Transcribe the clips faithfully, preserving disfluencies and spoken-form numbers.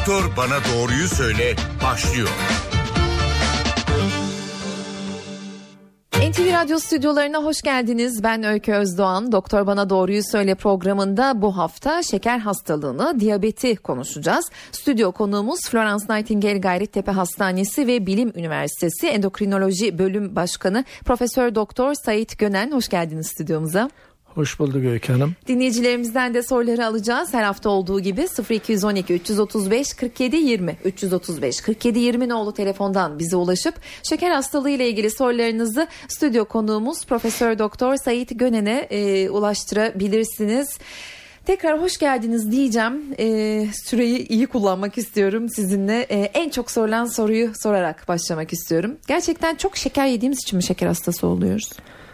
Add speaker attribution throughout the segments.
Speaker 1: Doktor Bana Doğruyu Söyle başlıyor.
Speaker 2: N T V Radyo stüdyolarına hoş geldiniz. Ben Öykü Özdoğan. Doktor Bana Doğruyu Söyle programında bu hafta şeker hastalığını, diyabeti konuşacağız. Stüdyo konuğumuz Florence Nightingale Gayrettepe Hastanesi ve Bilim Üniversitesi Endokrinoloji Bölüm Başkanı Profesör Doktor Sait Gönen. Hoş geldiniz stüdyomuza.
Speaker 3: Hoş bulduk Öykü Hanım.
Speaker 2: Dinleyicilerimizden de soruları alacağız. Her hafta olduğu gibi sıfır iki on iki üç otuz beş kırk yedi yirmi üç otuz beş kırk yedi yirmi nolu telefondan bize ulaşıp şeker hastalığı ile ilgili sorularınızı stüdyo konuğumuz Profesör Doktor Sait Gönen'e e, ulaştırabilirsiniz. Tekrar hoş geldiniz diyeceğim. E, süreyi iyi kullanmak istiyorum sizinle. E, en çok sorulan soruyu sorarak başlamak istiyorum. Gerçekten çok şeker yediğimiz için mi şeker hastası oluyoruz?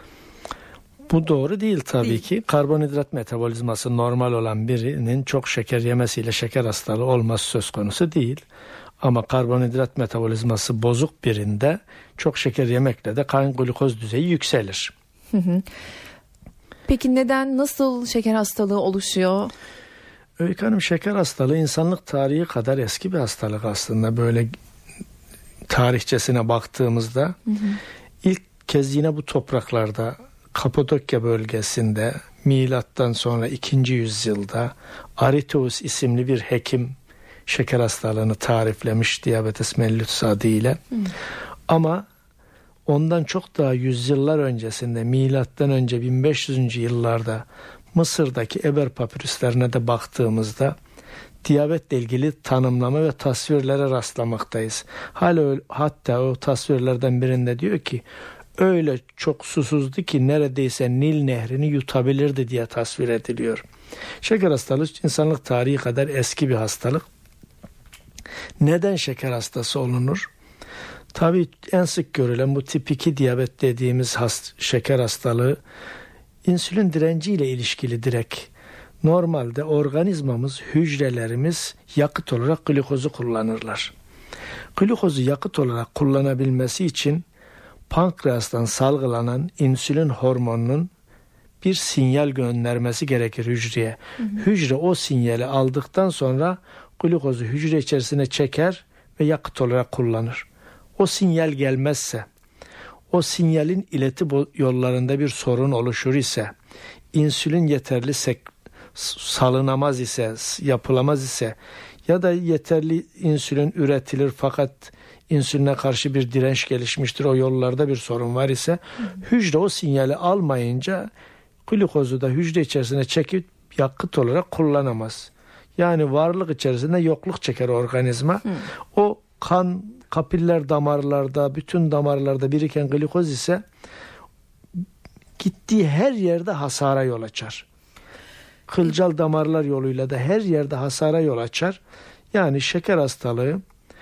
Speaker 3: Bu doğru değil tabii
Speaker 2: değil.
Speaker 3: ki. Karbonhidrat metabolizması normal olan birinin çok şeker yemesiyle şeker hastalığı olması söz konusu değil. Ama karbonhidrat metabolizması bozuk birinde çok şeker yemekle de kan glukoz düzeyi yükselir.
Speaker 2: Hı hı. Peki neden, nasıl şeker hastalığı oluşuyor?
Speaker 3: Öykü Hanım, şeker hastalığı insanlık tarihi kadar eski bir hastalık aslında. Böyle tarihçesine baktığımızda hı hı. ilk kez yine bu topraklarda, Kapadokya bölgesinde milattan sonra ikinci yüzyılda Arrhenius isimli bir hekim şeker hastalığını tariflemiş, diabetes mellitus adıyla. Hmm. Ama ondan çok daha yüzyıllar öncesinde, milattan önce bin beş yüzüncü yıllarda Mısır'daki Eber papirüslerine de baktığımızda diyabetle ilgili tanımlama ve tasvirlere rastlamaktayız. Hala, hatta o tasvirlerden birinde diyor ki öyle çok susuzdu ki neredeyse Nil nehrini yutabilirdi diye tasvir ediliyor. Şeker hastalığı insanlık tarihi kadar eski bir hastalık. Neden şeker hastası olunur? Tabii en sık görülen bu tip iki diyabet dediğimiz hast- şeker hastalığı insülin direnciyle ilişkili direkt. Normalde organizmamız, hücrelerimiz yakıt olarak glikozu kullanırlar. Glikozu yakıt olarak kullanabilmesi için pankreastan salgılanan insülin hormonunun bir sinyal göndermesi gerekir hücreye. Hı hı. Hücre o sinyali aldıktan sonra glukozu hücre içerisine çeker ve yakıt olarak kullanır. O sinyal gelmezse, o sinyalin ileti yollarında bir sorun oluşur ise, insülin yeterli sek- salınamaz ise, yapılamaz ise ya da yeterli insülin üretilir fakat insüline karşı bir direnç gelişmiştir, o yollarda bir sorun var ise hı hı. hücre o sinyali almayınca glukozu da hücre içerisine çekip yakıt olarak kullanamaz. Yani varlık içerisinde yokluk çeker organizma. Hı. O kan, kapiller damarlarda, bütün damarlarda biriken glikoz ise gittiği her yerde hasara yol açar. Kılcal damarlar yoluyla da her yerde hasara yol açar. Yani şeker hastalığı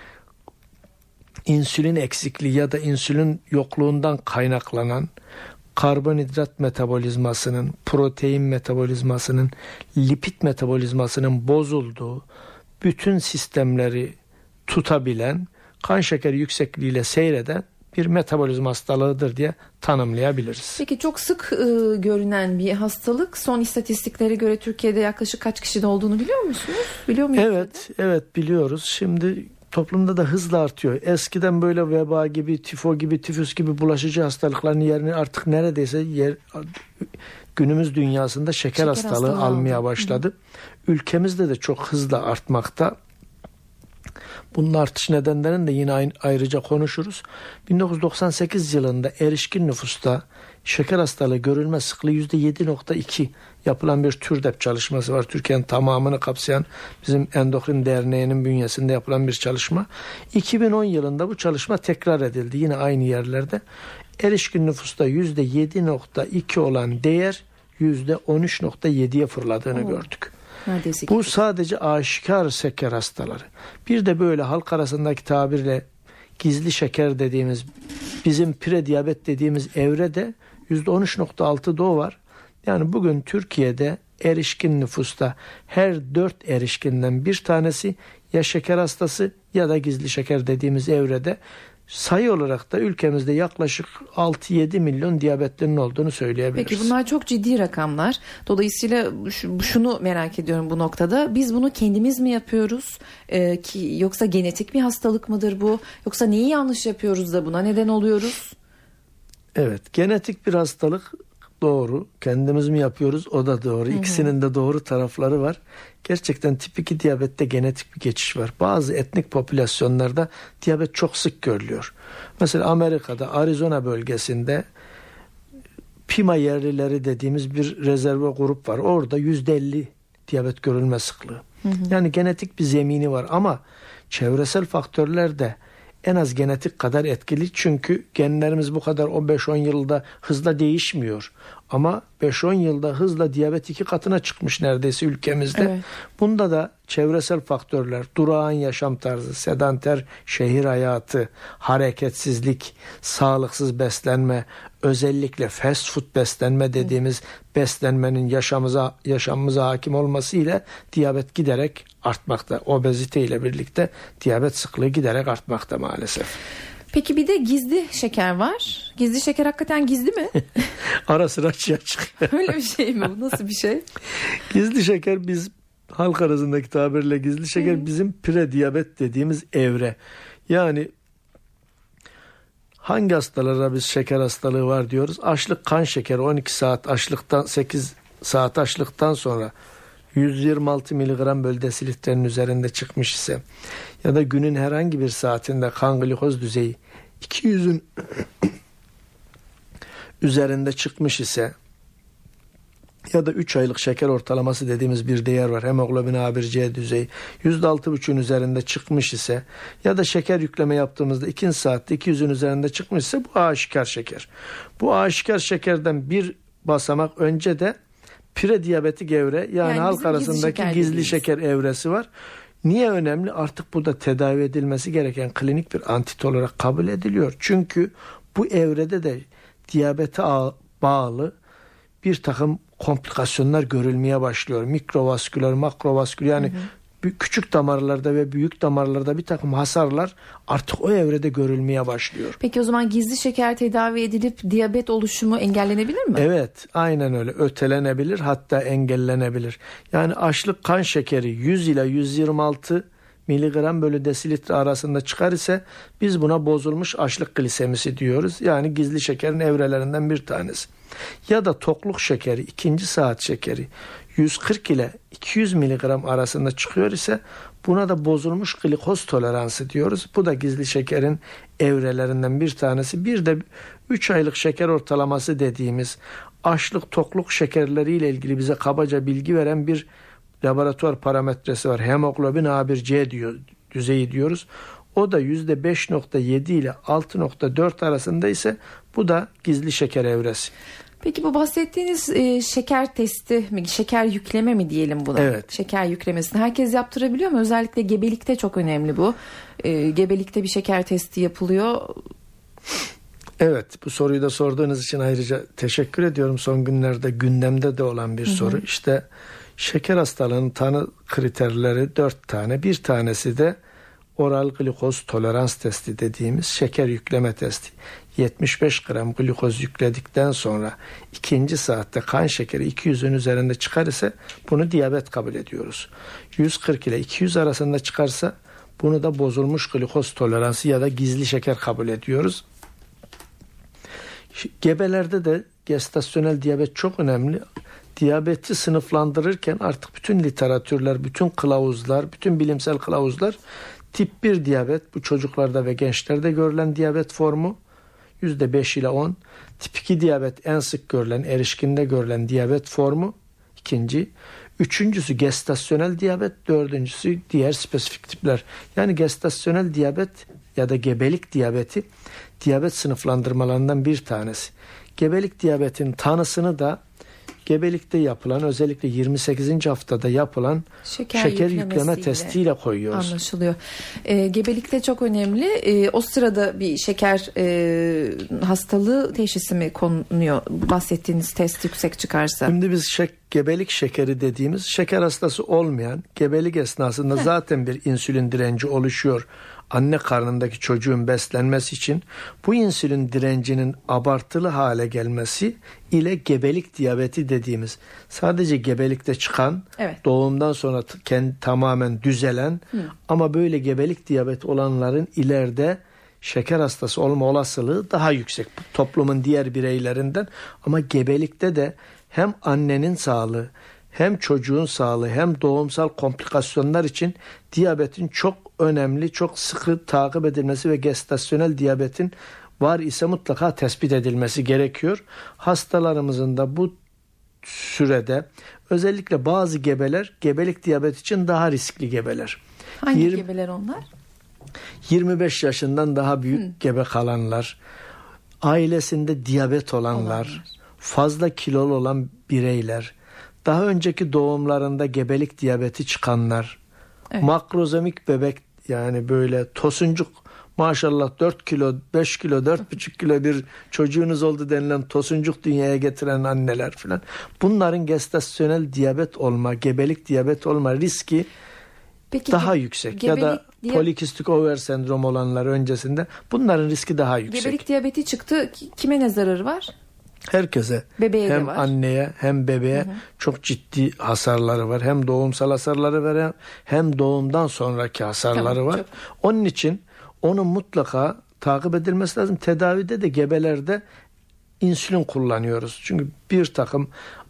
Speaker 3: insülin eksikliği ya da insülin yokluğundan kaynaklanan karbonhidrat metabolizmasının, protein metabolizmasının, lipid metabolizmasının bozulduğu, bütün sistemleri tutabilen, kan şekeri yüksekliğiyle seyreden bir metabolizma hastalığıdır diye tanımlayabiliriz.
Speaker 2: Peki çok sık e, görünen bir hastalık. Son istatistiklere göre Türkiye'de yaklaşık kaç kişide olduğunu biliyor musunuz? Biliyor muyuz?
Speaker 3: Evet, evet biliyoruz. Şimdi toplumda da hızla artıyor. Eskiden böyle veba gibi, tifo gibi, tifüs gibi bulaşıcı hastalıkların yerini artık neredeyse yer, günümüz dünyasında şeker, şeker hastalığı, hastalığı almaya aldı. başladı. Hı. Ülkemizde de çok hızla artmakta. Bunun artış nedenlerini de yine ayrıca konuşuruz. bin dokuz yüz doksan sekiz yılında erişkin nüfusta şeker hastalığı görülme sıklığı yüzde yedi nokta iki yapılan bir TÜRDEP çalışması var. Türkiye'nin tamamını kapsayan bizim Endokrin Derneği'nin bünyesinde yapılan bir çalışma. iki bin on yılında bu çalışma tekrar edildi. Yine aynı yerlerde. Erişkin nüfusta yüzde yedi nokta iki olan değer yüzde on üç nokta yediye fırladığını Oo. gördük. Bu sadece aşikar şeker hastaları. Bir de böyle halk arasındaki tabirle gizli şeker dediğimiz, bizim prediyabet dediğimiz evrede yüzde on üç nokta altıda o var. Yani bugün Türkiye'de erişkin nüfusta her dört erişkinden bir tanesi ya şeker hastası ya da gizli şeker dediğimiz evrede sayı olarak da ülkemizde yaklaşık altı yedi milyon diyabetlinin olduğunu söyleyebiliriz.
Speaker 2: Peki bunlar çok ciddi rakamlar. Dolayısıyla şunu merak ediyorum bu noktada. Biz bunu kendimiz mi yapıyoruz? Ee, ki yoksa genetik bir hastalık mıdır bu? Yoksa neyi yanlış yapıyoruz da buna neden oluyoruz?
Speaker 3: Evet, genetik bir hastalık doğru. Kendimiz mi yapıyoruz? O da doğru. Hı hı. İkisinin de doğru tarafları var. Gerçekten tip iki diyabette genetik bir geçiş var. Bazı etnik popülasyonlarda diyabet çok sık görülüyor. Mesela Amerika'da Arizona bölgesinde Pima yerlileri dediğimiz bir rezerve grup var. Orada yüzde elli diyabet görülme sıklığı. Hı hı. Yani genetik bir zemini var ama çevresel faktörler de en az genetik kadar etkili. Çünkü genlerimiz bu kadar o beş on yılda hızla değişmiyor. Ama beş on yılda hızla diyabet iki katına çıkmış neredeyse ülkemizde. Evet. Bunda da çevresel faktörler, durağan yaşam tarzı, sedanter şehir hayatı, hareketsizlik, sağlıksız beslenme, özellikle fast food beslenme dediğimiz evet. beslenmenin yaşamımıza, yaşamımıza hakim olması ile diyabet giderek artmakta. Obezite ile birlikte diyabet sıklığı giderek artmakta maalesef.
Speaker 2: Peki bir de gizli şeker var. Gizli şeker hakikaten gizli mi?
Speaker 3: Ara sıra açığa çıkıyor.
Speaker 2: Öyle bir şey mi? Bu nasıl bir şey?
Speaker 3: Gizli şeker biz halk arasındaki tabirle gizli şeker hmm. bizim prediyabet dediğimiz evre. Yani hangi hastalara biz şeker hastalığı var diyoruz? Açlık kan şekeri on iki saat açlıktan sekiz saat açlıktan sonra yüz yirmi altı miligram bölü desilitrenin üzerinde çıkmış ise ya da günün herhangi bir saatinde kan glikoz düzeyi iki yüzün üzerinde çıkmış ise ya da üç aylık şeker ortalaması dediğimiz bir değer var. Hemoglobin A bir C düzeyi yüzde altı buçuğun üzerinde çıkmış ise ya da şeker yükleme yaptığımızda ikinci saatte iki yüzün üzerinde çıkmış ise bu aşikar şeker. Bu aşikar şekerden bir basamak önce de prediyabetik evre yani, yani halk arasındaki gizli, şeker, gizli şeker evresi var. Niye önemli? Artık bu da tedavi edilmesi gereken klinik bir antit olarak kabul ediliyor. Çünkü bu evrede de diyabete bağlı bir takım komplikasyonlar görülmeye başlıyor. Mikrovasküler, makrovasküler yani hı hı. küçük damarlarda ve büyük damarlarda bir takım hasarlar artık o evrede görülmeye başlıyor.
Speaker 2: Peki o zaman gizli şeker tedavi edilip diyabet oluşumu engellenebilir mi?
Speaker 3: Evet, aynen öyle. Ötelenebilir, hatta engellenebilir. Yani açlık kan şekeri yüz ile yüz yirmi altı miligram bölü desilitre arasında çıkar ise biz buna bozulmuş açlık glisemisi diyoruz. Yani gizli şekerin evrelerinden bir tanesi. Ya da tokluk şekeri, ikinci saat şekeri yüz kırk ile iki yüz miligram arasında çıkıyor ise buna da bozulmuş glikoz toleransı diyoruz. Bu da gizli şekerin evrelerinden bir tanesi. Bir de üç aylık şeker ortalaması dediğimiz açlık tokluk şekerleriyle ilgili bize kabaca bilgi veren bir laboratuvar parametresi var. Hemoglobin A bir C diyor, düzeyi diyoruz. O da yüzde beş nokta yedi ile altı nokta dört arasında ise bu da gizli şeker evresi.
Speaker 2: Peki bu bahsettiğiniz e, şeker testi mi, şeker yükleme mi diyelim buna?
Speaker 3: Evet.
Speaker 2: Şeker yüklemesini herkes yaptırabiliyor mu? Özellikle gebelikte çok önemli bu. E, gebelikte bir şeker testi yapılıyor.
Speaker 3: Evet, bu soruyu da sorduğunuz için ayrıca teşekkür ediyorum. Son günlerde gündemde de olan bir Hı-hı. soru. İşte şeker hastalığının tanı kriterleri dört tane. Bir tanesi de oral glikoz tolerans testi dediğimiz şeker yükleme testi. yetmiş beş gram glikoz yükledikten sonra ikinci saatte kan şekeri iki yüzün üzerinde çıkar ise bunu diyabet kabul ediyoruz. yüz kırk ile iki yüz arasında çıkarsa bunu da bozulmuş glikoz toleransı ya da gizli şeker kabul ediyoruz. Gebelerde de gestasyonel diyabet çok önemli. Diyabeti sınıflandırırken artık bütün literatürler, bütün kılavuzlar, bütün bilimsel kılavuzlar tip bir diyabet, bu çocuklarda ve gençlerde görülen diyabet formu yüzde beş ile on. Tip iki diyabet en sık görülen, erişkinde görülen diyabet formu ikinci. Üçüncüsü gestasyonel diyabet, dördüncüsü diğer spesifik tipler. Yani gestasyonel diyabet ya da gebelik diyabeti diyabet sınıflandırmalarından bir tanesi. Gebelik diyabetin tanısını da gebelikte yapılan, özellikle yirmi sekizinci haftada yapılan şeker, şeker yükleme testiyle koyuyoruz.
Speaker 2: Anlaşılıyor. E, gebelikte çok önemli. E, o sırada bir şeker e, hastalığı teşhisi mi konuyor? Bahsettiğiniz test yüksek çıkarsa.
Speaker 3: Şimdi biz şek, gebelik şekeri dediğimiz şeker hastası olmayan, gebelik esnasında Heh. zaten bir insülin direnci oluşuyor. anne karnındaki çocuğun beslenmesi için bu insülin direncinin abartılı hale gelmesi ile gebelik diyabeti dediğimiz, sadece gebelikte çıkan,
Speaker 2: evet,
Speaker 3: doğumdan sonra t- kendi tamamen düzelen Hı. ama böyle gebelik diyabeti olanların ileride şeker hastası olma olasılığı daha yüksek toplumun diğer bireylerinden. Ama gebelikte de hem annenin sağlığı, hem çocuğun sağlığı, hem doğumsal komplikasyonlar için diyabetin çok önemli, çok sıkı takip edilmesi ve gestasyonel diyabetin var ise mutlaka tespit edilmesi gerekiyor. Hastalarımızın da bu sürede özellikle bazı gebeler gebelik diyabeti için daha riskli gebeler.
Speaker 2: Hangi
Speaker 3: yirmi
Speaker 2: gebeler onlar?
Speaker 3: yirmi beş yaşından daha büyük Hı. gebe kalanlar, ailesinde diyabet olanlar, olanlar, fazla kilolu olan bireyler, daha önceki doğumlarında gebelik diyabeti çıkanlar, evet, makrozomik bebek, yani böyle tosuncuk, maşallah dört kilo, beş kilo, dört buçuk kilo bir çocuğunuz oldu denilen tosuncuk dünyaya getiren anneler falan. Bunların gestasyonel diyabet olma, gebelik diyabet olma riski Peki, daha yüksek. Ya da diyab- polikistik over sendrom olanlar öncesinde bunların riski daha yüksek.
Speaker 2: Gebelik diyabeti çıktı. Kime ne zararı var?
Speaker 3: Herkese.
Speaker 2: Bebeğe
Speaker 3: hem
Speaker 2: de var.
Speaker 3: anneye hem bebeğe hı hı. çok ciddi hasarları var. Hem doğumsal hasarları var, hem doğumdan sonraki hasarları tamam, var. Çok. Onun için onun mutlaka takip edilmesi lazım. Tedavide de gebelerde insülin kullanıyoruz. Çünkü bir takım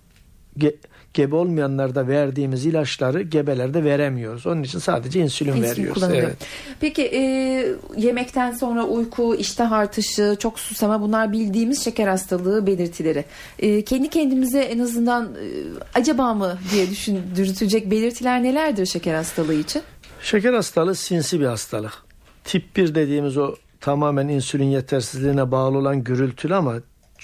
Speaker 3: ge- gebe olmayanlarda verdiğimiz ilaçları gebelerde veremiyoruz. Onun için sadece insülin, insülin veriyoruz. Evet.
Speaker 2: Peki e, yemekten sonra uyku, iştah artışı, çok susama, bunlar bildiğimiz şeker hastalığı belirtileri. E, kendi kendimize en azından e, acaba mı diye düşündürtecek belirtiler nelerdir şeker hastalığı için?
Speaker 3: Şeker hastalığı sinsi bir hastalık. Tip bir dediğimiz o tamamen insülin yetersizliğine bağlı olan gürültülü ama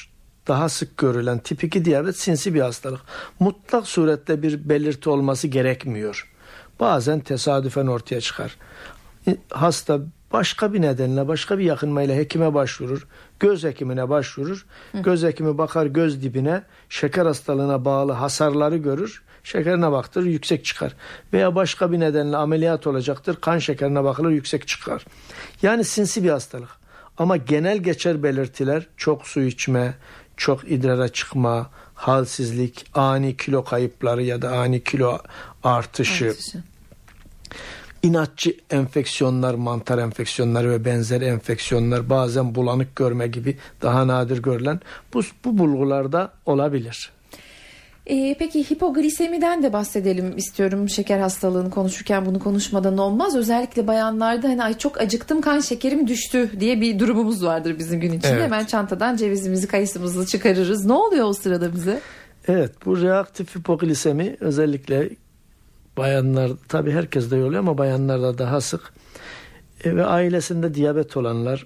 Speaker 3: daha sık görülen tip iki diyabet sinsi bir hastalık. Mutlak surette bir belirti olması gerekmiyor. Bazen tesadüfen ortaya çıkar. Hasta başka bir nedenle, başka bir yakınmayla hekime başvurur. Göz hekimine başvurur. Hı. Göz hekimi bakar göz dibine, şeker hastalığına bağlı hasarları görür. Şekerine baktırır, yüksek çıkar. Veya başka bir nedenle ameliyat olacaktır. Kan şekerine bakılır, yüksek çıkar. Yani sinsi bir hastalık. Ama genel geçer belirtiler çok su içme, çok idrara çıkma, halsizlik, ani kilo kayıpları ya da ani kilo artışı, Artışı. inatçı enfeksiyonlar, mantar enfeksiyonları ve benzeri enfeksiyonlar, bazen bulanık görme gibi daha nadir görülen bu, bu bulgularda olabilir.
Speaker 2: Ee, peki hipoglisemiden de bahsedelim istiyorum. Şeker hastalığını konuşurken bunu konuşmadan olmaz. Özellikle bayanlarda hani ay çok acıktım, kan şekerim düştü diye bir durumumuz vardır bizim gün içinde. Evet. Hemen çantadan cevizimizi, kayısımızı çıkarırız. Ne oluyor o sırada bize?
Speaker 3: Evet, bu reaktif hipoglisemi özellikle bayanlar, tabii herkes de oluyor ama bayanlarda daha sık e, ve ailesinde diyabet olanlar,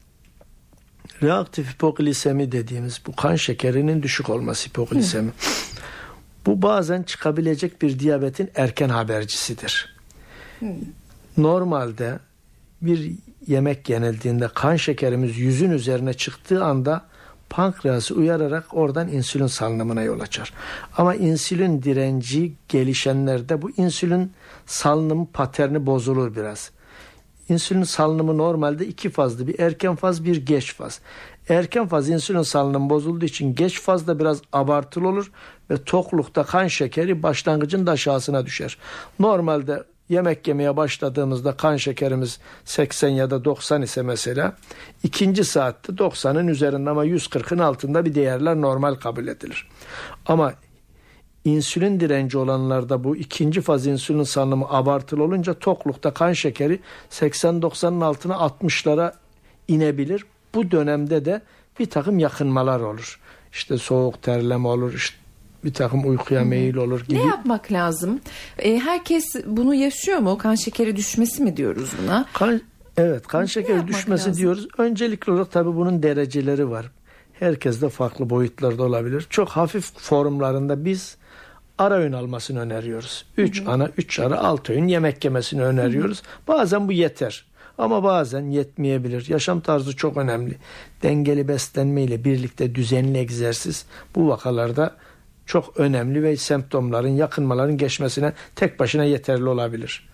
Speaker 3: reaktif hipoglisemi dediğimiz bu kan şekerinin düşük olması hipoglisemi. Hı. Bu bazen çıkabilecek bir diyabetin erken habercisidir. Hmm. Normalde bir yemek yenildiğinde kan şekerimiz yüzün üzerine çıktığı anda pankreası uyararak oradan insülin salınımına yol açar. Ama insülin direnci gelişenlerde bu insülin salınım paterni bozulur biraz. İnsülin salınımı normalde iki fazlı, bir erken faz, bir geç faz. Erken faz insülin salınımı bozulduğu için geç fazda biraz abartılı olur ve toklukta kan şekeri başlangıcın da aşağısına düşer. Normalde yemek yemeye başladığımızda kan şekerimiz seksen ya da doksan ise mesela ikinci saatte doksanın üzerinde ama yüz kırkın altında bir değerler normal kabul edilir. Ama insülin direnci olanlarda bu ikinci faz insülin salınımı abartılı olunca toklukta kan şekeri seksen doksanın altına altmışlara inebilir. Bu dönemde de bir takım yakınmalar olur. İşte soğuk terleme olur, işte bir takım uykuya meyil olur gibi.
Speaker 2: Ne yapmak lazım? E, herkes bunu yaşıyor mu? Kan şekeri düşmesi mi diyoruz buna?
Speaker 3: Kan, evet, kan şekeri düşmesi lazım diyoruz. Öncelikli olarak tabii bunun dereceleri var. Herkes de farklı boyutlarda olabilir. Çok hafif formlarında biz ara öğün almasını öneriyoruz. üç ana, üç ara, altı öğün yemek yemesini öneriyoruz. Hı hı. Bazen bu yeter. Ama bazen yetmeyebilir. Yaşam tarzı çok önemli. Dengeli beslenme ile birlikte düzenli egzersiz bu vakalarda çok önemli ve semptomların, yakınmaların geçmesine tek başına yeterli olabilir.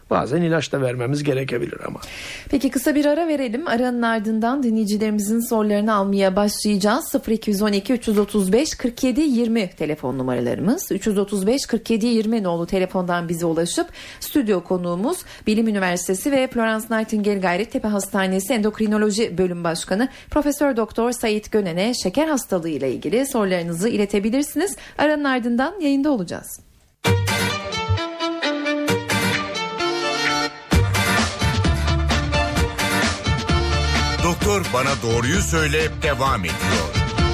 Speaker 3: Bazen ilaç da vermemiz gerekebilir ama.
Speaker 2: Peki kısa bir ara verelim. Aranın ardından dinleyicilerimizin sorularını almaya başlayacağız. sıfır iki on iki üç otuz beş kırk yedi yirmi telefon numaralarımız. üç otuz beş kırk yedi yirmi nolu telefondan bize ulaşıp stüdyo konuğumuz Bilim Üniversitesi ve Florence Nightingale Gayrettepe Hastanesi Endokrinoloji Bölüm Başkanı Profesör Doktor Sait Gönen'e şeker hastalığı ile ilgili sorularınızı iletebilirsiniz. Aranın ardından yayında olacağız.
Speaker 1: Doktor Bana Doğruyu Söyle devam ediyor.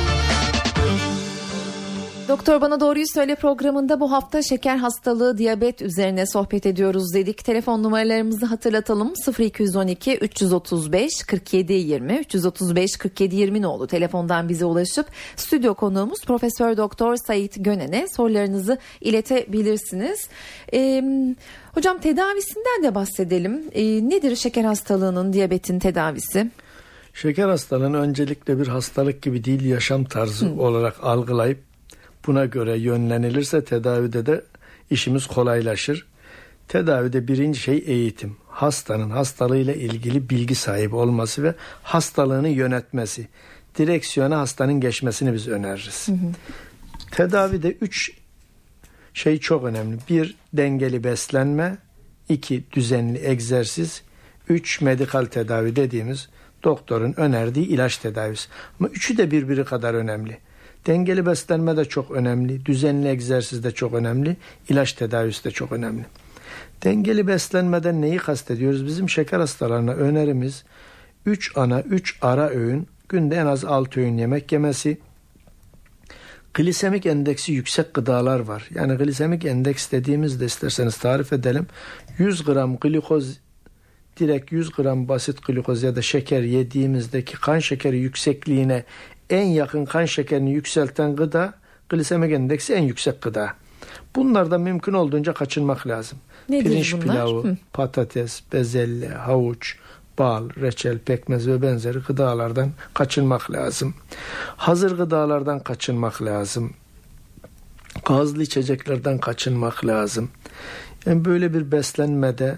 Speaker 2: Doktor Bana Doğruyu Söyle programında bu hafta şeker hastalığı, diyabet üzerine sohbet ediyoruz dedik. Telefon numaralarımızı hatırlatalım. sıfır iki on iki üç otuz beş kırk yedi yirmi üç otuz beş kırk yedi yirmi nolu telefondan bize ulaşıp stüdyo konuğumuz Profesör Doktor Sait Gönen'e sorularınızı iletebilirsiniz. Ee, hocam tedavisinden de bahsedelim. Ee, nedir şeker hastalığının, diyabetin tedavisi?
Speaker 3: Şeker hastalığını öncelikle bir hastalık gibi değil, yaşam tarzı Hı. olarak algılayıp buna göre yönlenilirse tedavide de işimiz kolaylaşır. Tedavide birinci şey eğitim. Hastanın hastalığıyla ilgili bilgi sahibi olması ve hastalığını yönetmesi. Direksiyona hastanın geçmesini biz öneririz. Hı hı. Tedavide üç şey çok önemli. Bir, dengeli beslenme. İki, düzenli egzersiz. Üç, medikal tedavi dediğimiz doktorun önerdiği ilaç tedavisi. Ama üçü de birbiri kadar önemli. Dengeli beslenme de çok önemli. Düzenli egzersiz de çok önemli. İlaç tedavisi de çok önemli. Dengeli beslenmeden neyi kastediyoruz? Bizim şeker hastalarına önerimiz üç ana üç ara öğün, günde en az altı öğün yemek yemesi. Glisemik endeksi yüksek gıdalar var. Yani glisemik endeks dediğimizde isterseniz tarif edelim. yüz gram glikoz, direkt yüz gram basit glikoz ya da şeker yediğimizdeki kan şekeri yüksekliğine en yakın kan şekerini yükselten gıda, glisemik endeksi en yüksek gıda. Bunlardan mümkün olduğunca kaçınmak lazım.
Speaker 2: Nedir
Speaker 3: Pirinç
Speaker 2: bunlar?
Speaker 3: pilavı,
Speaker 2: Hı.
Speaker 3: patates, bezelye, havuç, bal, reçel, pekmez ve benzeri gıdalardan kaçınmak lazım. Hazır gıdalardan kaçınmak lazım. Gazlı içeceklerden kaçınmak lazım. Yani böyle bir beslenmede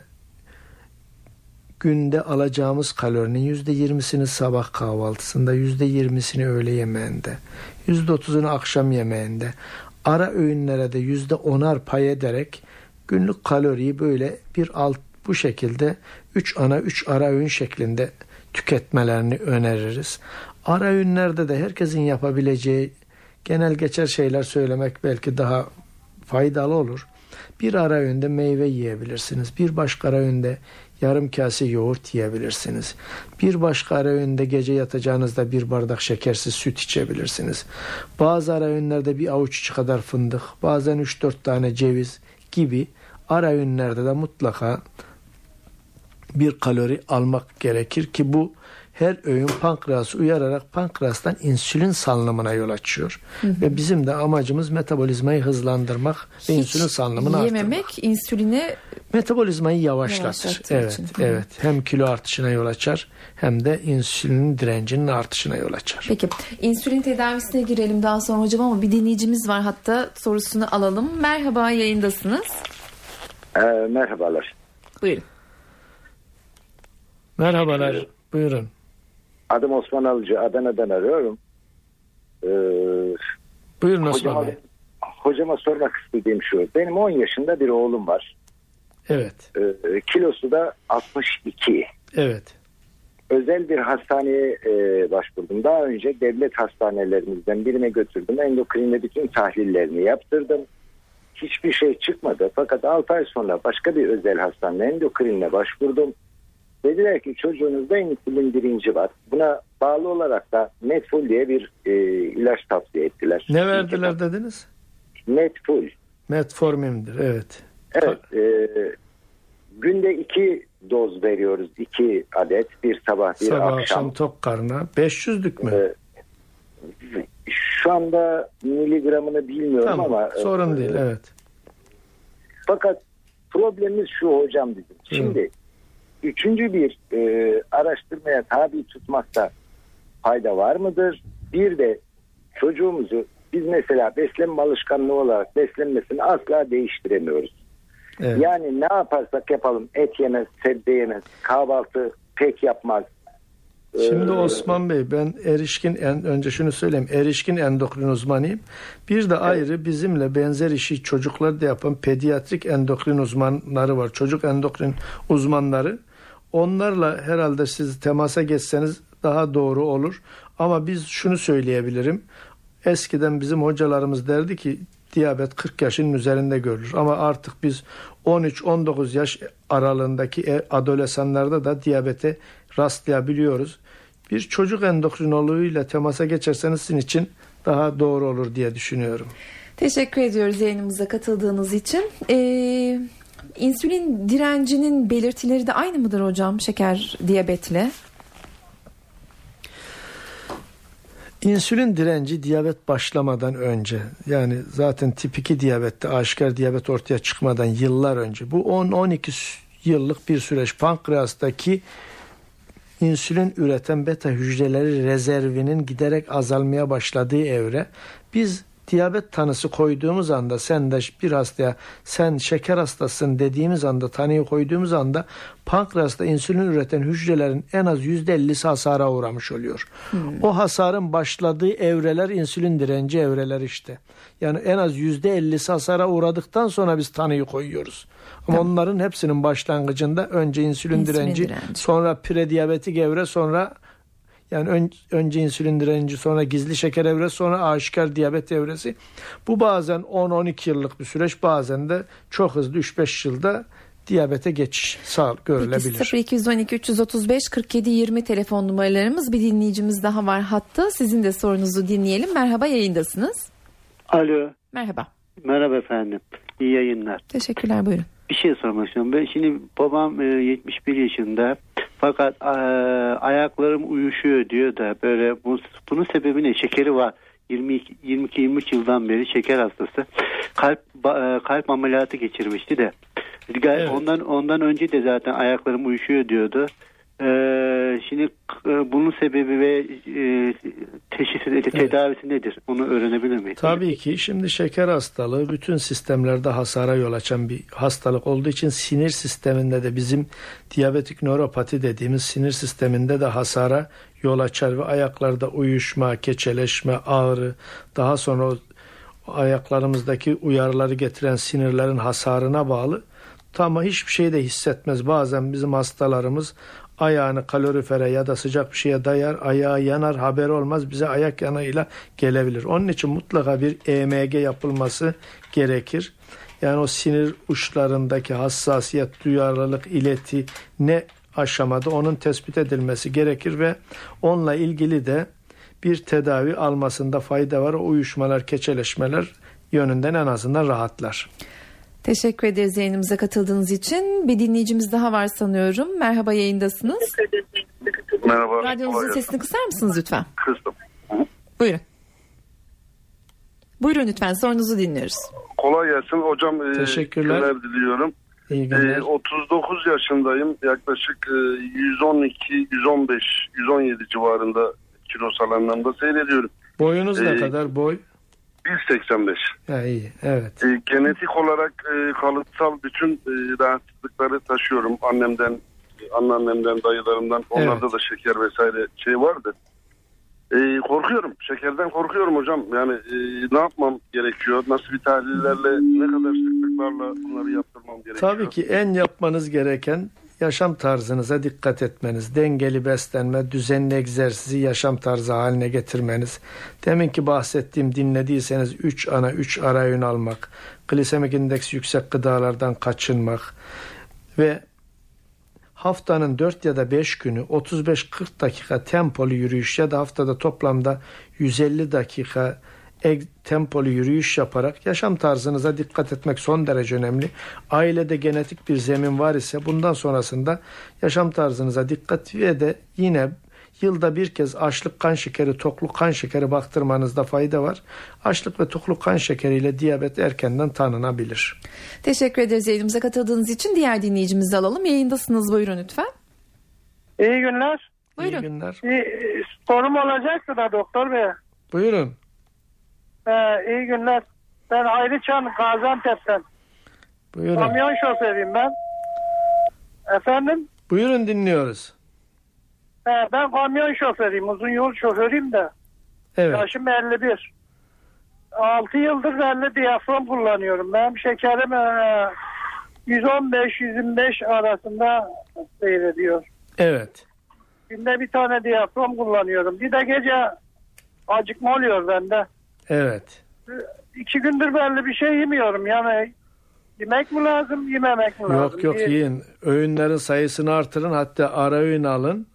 Speaker 3: günde alacağımız kalorinin yüzde yirmisini sabah kahvaltısında, yüzde yirmisini öğle yemeğinde, yüzde otuzunu akşam yemeğinde, ara öğünlere de yüzde onar pay ederek günlük kaloriyi böyle bir alt bu şekilde üç ana üç ara öğün şeklinde tüketmelerini öneririz. Ara öğünlerde de herkesin yapabileceği genel geçer şeyler söylemek belki daha faydalı olur. Bir ara öğünde meyve yiyebilirsiniz. Bir başka ara öğünde yarım kase yoğurt yiyebilirsiniz. Bir başka ara öğünde gece yatacağınızda bir bardak şekersiz süt içebilirsiniz. Bazı ara öğünlerde bir avuç içi kadar fındık, bazen üç dört tane ceviz gibi ara öğünlerde de mutlaka bir kalori almak gerekir ki bu her öğün pankreası uyararak pankreastan insülin salınımına yol açıyor. Hı hı. Ve bizim de amacımız metabolizmayı hızlandırmak ve
Speaker 2: Hiç
Speaker 3: insülin salınımını artırmak.
Speaker 2: yememek insüline
Speaker 3: metabolizmayı yavaşlatır. Evet,
Speaker 2: için.
Speaker 3: evet. Hem kilo artışına yol açar hem de insülinin direncinin artışına yol açar.
Speaker 2: Peki, insülin tedavisine girelim daha sonra hocam ama bir dinleyicimiz var, hatta sorusunu alalım. Merhaba, yayındasınız.
Speaker 4: Ee, merhabalar.
Speaker 2: Buyurun.
Speaker 3: Merhabalar. Buyurun.
Speaker 4: Adım Osman Alıcı. Adana'dan arıyorum. Ee,
Speaker 3: Buyurun Osman
Speaker 4: hocama,
Speaker 3: Bey.
Speaker 4: Hocama sormak istediğim şu. Benim on yaşında bir oğlum var.
Speaker 3: Evet.
Speaker 4: Ee, kilosu da altmış iki.
Speaker 3: Evet.
Speaker 4: Özel bir hastaneye e, başvurdum. Daha önce devlet hastanelerimizden birine götürdüm. Endokrinle bütün tahlillerini yaptırdım. Hiçbir şey çıkmadı. Fakat altı ay sonra başka bir özel hastane endokrinle başvurdum. Dediler ki çocuğunuzda insülin direnci var. Buna bağlı olarak da Metful diye bir e, ilaç tavsiye ettiler.
Speaker 3: Ne verdiler dediniz?
Speaker 4: Metful.
Speaker 3: Metformin'dir, evet.
Speaker 4: Evet. E, günde iki doz veriyoruz. iki adet. Bir sabah, bir
Speaker 3: sabah,
Speaker 4: akşam.
Speaker 3: akşam tok karnına. beş yüzlük mü?
Speaker 4: E, şu anda miligramını bilmiyorum
Speaker 3: tamam,
Speaker 4: ama.
Speaker 3: Sorun e, değil, evet.
Speaker 4: Fakat problemimiz şu hocam bizim. Şimdi Hı. Üçüncü bir e, araştırmaya tabi tutmakta fayda var mıdır? Bir de çocuğumuzu biz mesela beslenme alışkanlığı olarak beslenmesini asla değiştiremiyoruz.
Speaker 3: Evet.
Speaker 4: Yani ne yaparsak yapalım et yemez, sebze yemez, kahvaltı pek yapmaz.
Speaker 3: Şimdi Osman Bey, ben erişkin en, önce şunu söyleyeyim, erişkin endokrin uzmanıyım. Bir de ayrı bizimle benzer işi çocuklar da yapan pediatrik endokrin uzmanları var. Çocuk endokrin uzmanları. Onlarla herhalde siz temasa geçseniz daha doğru olur. Ama biz şunu söyleyebilirim. Eskiden bizim hocalarımız derdi ki diyabet kırk yaşın üzerinde görülür. Ama artık biz on üç on dokuz yaş aralığındaki adolesanlarda da diyabete rastlayabiliyoruz. Bir çocuk endokrinoloğuyla temasa geçerseniz sizin için daha doğru olur diye düşünüyorum.
Speaker 2: Teşekkür ediyoruz yayınımıza katıldığınız için. Ee, insülin direncinin belirtileri de aynı mıdır hocam şeker diyabetle?
Speaker 3: İnsülin direnci diyabet başlamadan önce, yani zaten tip iki diyabette aşikar diyabet ortaya çıkmadan yıllar önce, bu on on iki yıllık bir süreç, pankreastaki insülin üreten beta hücreleri rezervinin giderek azalmaya başladığı evre. Biz diyabet tanısı koyduğumuz anda, sen de bir hastaya sen şeker hastasın dediğimiz anda, tanıyı koyduğumuz anda pankreasta insülin üreten hücrelerin en az yüzde ellisi hasara uğramış oluyor. Hmm. O hasarın başladığı evreler insülin direnci evreler işte. Yani en az yüzde ellisi hasara uğradıktan sonra biz tanıyı koyuyoruz. Ama tamam. Onların hepsinin başlangıcında önce insülin, insülin direnci, direnci, sonra prediyabetik evre, sonra yani ön, önce insülin direnci, sonra gizli şeker evresi, sonra aşikar diyabet evresi. Bu bazen on on iki yıllık bir süreç, bazen de çok hızlı üç beş yılda diyabete geçiş sağ görülebilir.
Speaker 2: Peki sıfır iki on iki üç otuz beş kırk yedi yirmi telefon numaralarımız. Bir dinleyicimiz daha var hatta. Sizin de sorunuzu dinleyelim. Merhaba, yayındasınız.
Speaker 5: Alo.
Speaker 2: Merhaba.
Speaker 5: Merhaba efendim. İyi yayınlar.
Speaker 2: Teşekkürler, buyurun.
Speaker 5: Bir şey sormak istiyorum. Ben şimdi babam e, yetmiş bir yaşında, fakat e, ayaklarım uyuşuyor diyor da böyle bu, bunun sebebi ne? Şekeri var. yirmi iki yirmi üç yıldan beri şeker hastası. Kalp e, kalp ameliyatı geçirmişti de. Evet. Ondan ondan önce de zaten ayaklarım uyuşuyor diyordu. Ee, şimdi e, bunun sebebi ve e, teşhisi, evet. tedavisi nedir? Onu öğrenebilir miyim?
Speaker 3: Tabii ki. Şimdi şeker hastalığı bütün sistemlerde hasara yol açan bir hastalık olduğu için sinir sisteminde de bizim diyabetik nöropati dediğimiz sinir sisteminde de hasara yol açar ve ayaklarda uyuşma, keçeleşme, ağrı, daha sonra o ayaklarımızdaki uyarıları getiren sinirlerin hasarına bağlı ama hiçbir şey de hissetmez. Bazen bizim hastalarımız ayağını kalorifere ya da sıcak bir şeye dayar, ayağı yanar, haber olmaz, bize ayak yanığıyla gelebilir. Onun için mutlaka bir E M G yapılması gerekir. Yani o sinir uçlarındaki hassasiyet, duyarlılık, ileti ne aşamada onun tespit edilmesi gerekir ve onunla ilgili de bir tedavi almasında fayda var. O uyuşmalar, keçeleşmeler yönünden en azından rahatlar.
Speaker 2: Teşekkür ederiz yayınımıza katıldığınız için. Bir dinleyicimiz daha var sanıyorum. Merhaba, yayındasınız.
Speaker 6: Merhaba.
Speaker 2: Radyonuzun sesini kısar mısınız lütfen?
Speaker 6: Kıstım.
Speaker 2: Buyurun. Buyurun lütfen, sorunuzu dinliyoruz.
Speaker 6: Kolay gelsin hocam.
Speaker 3: Teşekkürler.
Speaker 6: E, diliyorum.
Speaker 3: İyi günler.
Speaker 6: E, otuz dokuz yaşındayım. Yaklaşık e, yüz on iki, yüz on beş, yüz on yedi civarında kilosal anlamda seyrediyorum.
Speaker 3: Boyunuz
Speaker 6: e,
Speaker 3: ne kadar boy?
Speaker 6: bir seksen beş.
Speaker 3: Ha, iyi, evet.
Speaker 6: E, genetik olarak e, kalıtsal bütün e, rahatsızlıkları taşıyorum. Annemden, anneannemden, dayılarımdan. Onlarda evet. da şeker vesaire şey vardı. E, korkuyorum. Şekerden korkuyorum hocam. Yani e, ne yapmam gerekiyor? Nasıl bir tahlillerle, ne kadar sıklıklarla bunları yaptırmam gerekiyor?
Speaker 3: Tabii ki en yapmanız gereken yaşam tarzınıza dikkat etmeniz, dengeli beslenme, düzenli egzersizi yaşam tarzı haline getirmeniz. Demin ki bahsettiğim, dinlediyseniz üç ana, üç ara öğün almak, glisemik indeks yüksek gıdalardan kaçınmak ve haftanın dört ya da beş günü otuz beş kırk dakika tempolu yürüyüş ya da haftada toplamda yüz elli dakika tempolu yürüyüş yaparak yaşam tarzınıza dikkat etmek son derece önemli. Ailede genetik bir zemin var ise bundan sonrasında yaşam tarzınıza dikkat ve de yine yılda bir kez açlık kan şekeri, tokluk kan şekeri baktırmanızda fayda var. Açlık ve tokluk kan şekeriyle diyabet erkenden tanınabilir.
Speaker 2: Teşekkür ederiz yayınımıza katıldığınız için. Diğer dinleyicimizi alalım. Yayındasınız, buyurun lütfen.
Speaker 7: İyi günler.
Speaker 2: Buyurun.
Speaker 3: İyi günler.
Speaker 7: İyi, sorum olacaktı da doktor bey.
Speaker 3: Buyurun.
Speaker 7: Ee, iyi günler. Ben Ayrıçan, Gaziantep'ten.
Speaker 3: Buyurun.
Speaker 7: Kamyon şoförüyüm ben. Efendim?
Speaker 3: Buyurun, dinliyoruz.
Speaker 7: He, ben kamyon şoförüyüm. Uzun yol şoförüyüm de.
Speaker 3: Evet.
Speaker 7: Yaşım elli bir. altı yıldır belli diyafram kullanıyorum. Benim şekerim e, yüz on beş yüz yirmi beş arasında seyrediyor.
Speaker 3: Evet.
Speaker 7: Günde bir tane diyafram kullanıyorum. Bir de gece acıkma oluyor bende.
Speaker 3: Evet.
Speaker 7: İki gündür belli bir şey yemiyorum. Yani yemek mi lazım, yememek mi lazım?
Speaker 3: Yok yok
Speaker 7: Bir-
Speaker 3: yiyin. Öğünlerin sayısını artırın. Hatta ara öğün alın.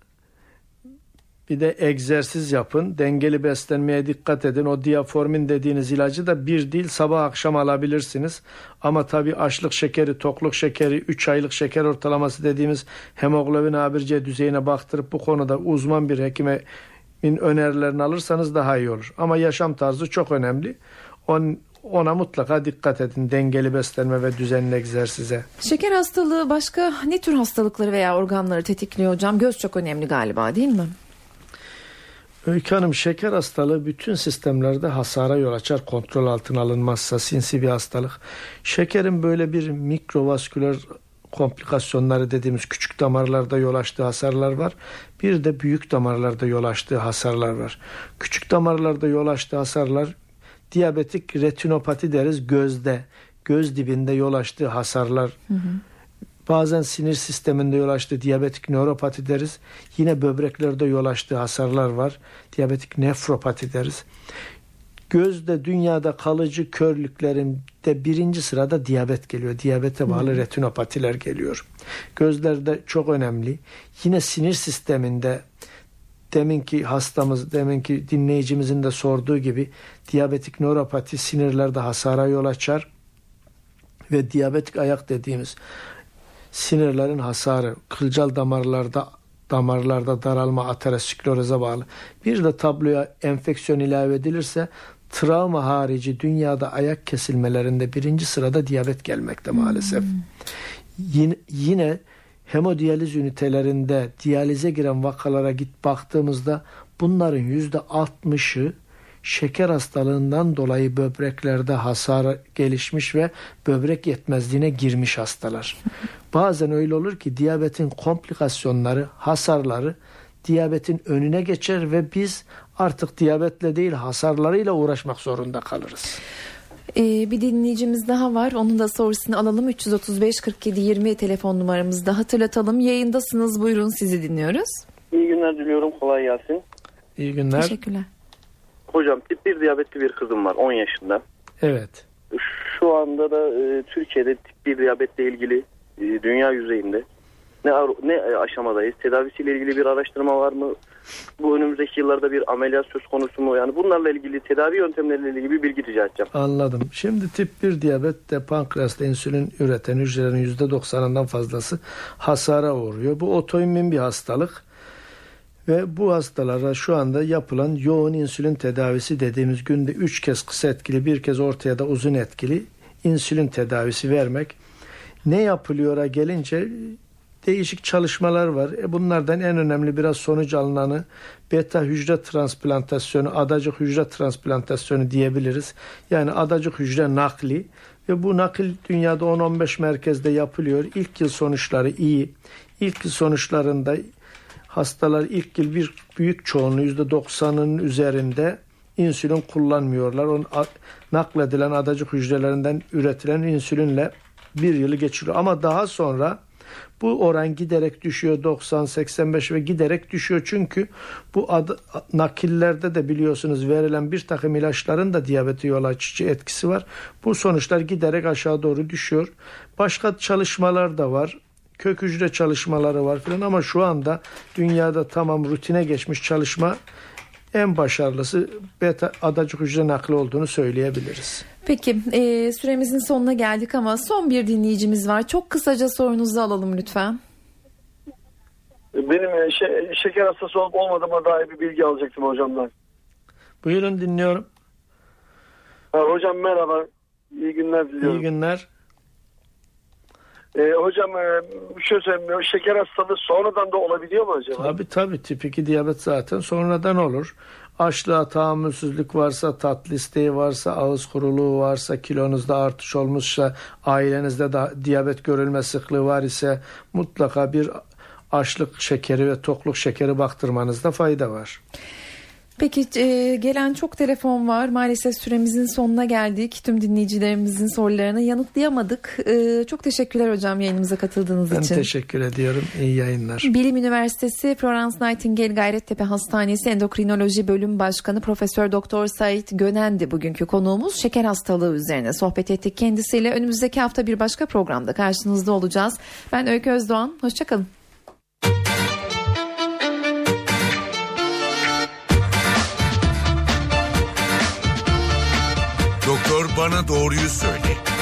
Speaker 3: Bir de egzersiz yapın. Dengeli beslenmeye dikkat edin. O diaformin dediğiniz ilacı da bir değil sabah akşam alabilirsiniz. Ama tabii açlık şekeri, tokluk şekeri, üç aylık şeker ortalaması dediğimiz hemoglobin A bir C düzeyine baktırıp bu konuda uzman bir hekimin önerilerini alırsanız daha iyi olur. Ama yaşam tarzı çok önemli. On, ona mutlaka dikkat edin. Dengeli beslenme ve düzenli egzersize.
Speaker 2: Şeker hastalığı başka ne tür hastalıkları veya organları tetikliyor hocam? Göz çok önemli galiba, değil mi?
Speaker 3: Öykü Hanım, şeker hastalığı bütün sistemlerde hasara yol açar kontrol altına alınmazsa. Sinsi bir hastalık. Şekerin böyle bir mikrovasküler komplikasyonları dediğimiz küçük damarlarda yol açtığı hasarlar var. Bir de büyük damarlarda yol açtığı hasarlar var. Küçük damarlarda yol açtığı hasarlar diyabetik retinopati deriz, gözde, göz dibinde yol açtığı hasarlar. Hı hı. Bazen sinir sisteminde yol açtığı diyabetik nöropati deriz. Yine böbreklerde yol açtığı hasarlar var. Diyabetik nefropati deriz. Gözde dünyada kalıcı körlüklerinde birinci sırada diyabet geliyor. Diyabete bağlı hmm. retinopatiler geliyor. Gözlerde çok önemli. Yine sinir sisteminde deminki hastamız, deminki dinleyicimizin de sorduğu gibi diyabetik nöropati sinirlerde hasara yol açar. Ve diyabetik ayak dediğimiz sinirlerin hasarı, kılcal damarlarda damarlarda daralma, ateroskleroza bağlı. Bir de tabloya enfeksiyon ilave edilirse travma harici dünyada ayak kesilmelerinde birinci sırada diyabet gelmekte maalesef. Hmm. Yine, yine hemodiyaliz ünitelerinde diyalize giren vakalara git baktığımızda bunların yüzde altmışı şeker hastalığından dolayı böbreklerde hasar gelişmiş ve böbrek yetmezliğine girmiş hastalar. Bazen öyle olur ki diyabetin komplikasyonları, hasarları diyabetin önüne geçer ve biz artık diyabetle değil hasarlarıyla uğraşmak zorunda kalırız.
Speaker 2: Ee, bir dinleyicimiz daha var. Onun da sorusunu alalım. üç yüz otuz beş kırk yedi yirmi telefon numaramızda hatırlatalım. Yayındasınız. Buyurun, sizi dinliyoruz.
Speaker 8: İyi günler diliyorum. Kolay gelsin.
Speaker 3: İyi günler.
Speaker 2: Teşekkürler.
Speaker 8: Hocam tip bir diyabetli bir kızım var, on yaşında.
Speaker 3: Evet.
Speaker 8: Şu anda da e, Türkiye'de tip bir diyabetle ilgili e, dünya yüzeyinde ne ne aşamadayız? Tedavisiyle ilgili bir araştırma var mı? Bu önümüzdeki yıllarda bir ameliyat söz konusu mu? Yani bunlarla ilgili tedavi yöntemleriyle ilgili bir bilgi rica edeceğim.
Speaker 3: Anladım. Şimdi tip bir diyabette pankreasta insülin üreten hücrelerin yüzde doksanından fazlası hasara uğruyor. Bu otoimmün bir hastalık. Ve bu hastalara şu anda yapılan yoğun insülin tedavisi dediğimiz günde üç kez kısa etkili, bir kez orta ya da uzun etkili insülin tedavisi vermek. Ne yapılıyor'a gelince değişik çalışmalar var. E bunlardan en önemli biraz sonuç alınanı beta hücre transplantasyonu, adacık hücre transplantasyonu diyebiliriz. Yani adacık hücre nakli ve bu nakil dünyada on on beş merkezde yapılıyor. İlk yıl sonuçları iyi. İlk yıl sonuçlarında hastalar ilk yıl bir büyük çoğunluğu yüzde doksanın üzerinde insülin kullanmıyorlar. Onun nakledilen adacık hücrelerinden üretilen insülinle bir yılı geçiriyor. Ama daha sonra bu oran giderek düşüyor, doksan seksen beş ve giderek düşüyor. Çünkü bu ad, nakillerde de biliyorsunuz verilen bir takım ilaçların da diyabete yol açıcı etkisi var. Bu sonuçlar giderek aşağı doğru düşüyor. Başka çalışmalar da var. Kök hücre çalışmaları var filan ama şu anda dünyada tamam rutine geçmiş çalışma en başarılısı beta adacık hücre nakli olduğunu söyleyebiliriz.
Speaker 2: Peki e, süremizin sonuna geldik ama son bir dinleyicimiz var. Çok kısaca sorunuzu alalım lütfen.
Speaker 9: Benim şe- şeker hastası olup olmadığıma dair bir bilgi alacaktım hocamdan.
Speaker 3: Buyurun, dinliyorum.
Speaker 9: Ha, hocam merhaba. İyi günler diliyorum.
Speaker 3: İyi günler.
Speaker 9: Ee, hocam e, şöyle söyleyeyim, şeker hastalığı sonradan da olabiliyor mu acaba?
Speaker 3: Tabii tabii tip iki diyabet zaten sonradan olur. açlığa tahammülsüzlük varsa, tatlı isteği varsa, ağız kuruluğu varsa, kilonuzda artış olmuşsa, ailenizde de diyabet görülme sıklığı var ise mutlaka bir açlık şekeri ve tokluk şekeri baktırmanızda fayda var.
Speaker 2: Peki e, gelen çok telefon var. Maalesef süremizin sonuna geldik. Tüm dinleyicilerimizin sorularını yanıtlayamadık. E, çok teşekkürler hocam yayınımıza katıldığınız
Speaker 3: ben
Speaker 2: için.
Speaker 3: Ben teşekkür ediyorum. İyi yayınlar.
Speaker 2: Bilim Üniversitesi Florence Nightingale Gayrettepe Hastanesi Endokrinoloji Bölüm Başkanı Profesör Doktor Sait Gönendi bugünkü konuğumuz. Şeker hastalığı üzerine sohbet ettik kendisiyle. Önümüzdeki hafta bir başka programda karşınızda olacağız. Ben Öykü Özdoğan. Hoşçakalın.
Speaker 1: Doktor Bana Doğruyu Söyle.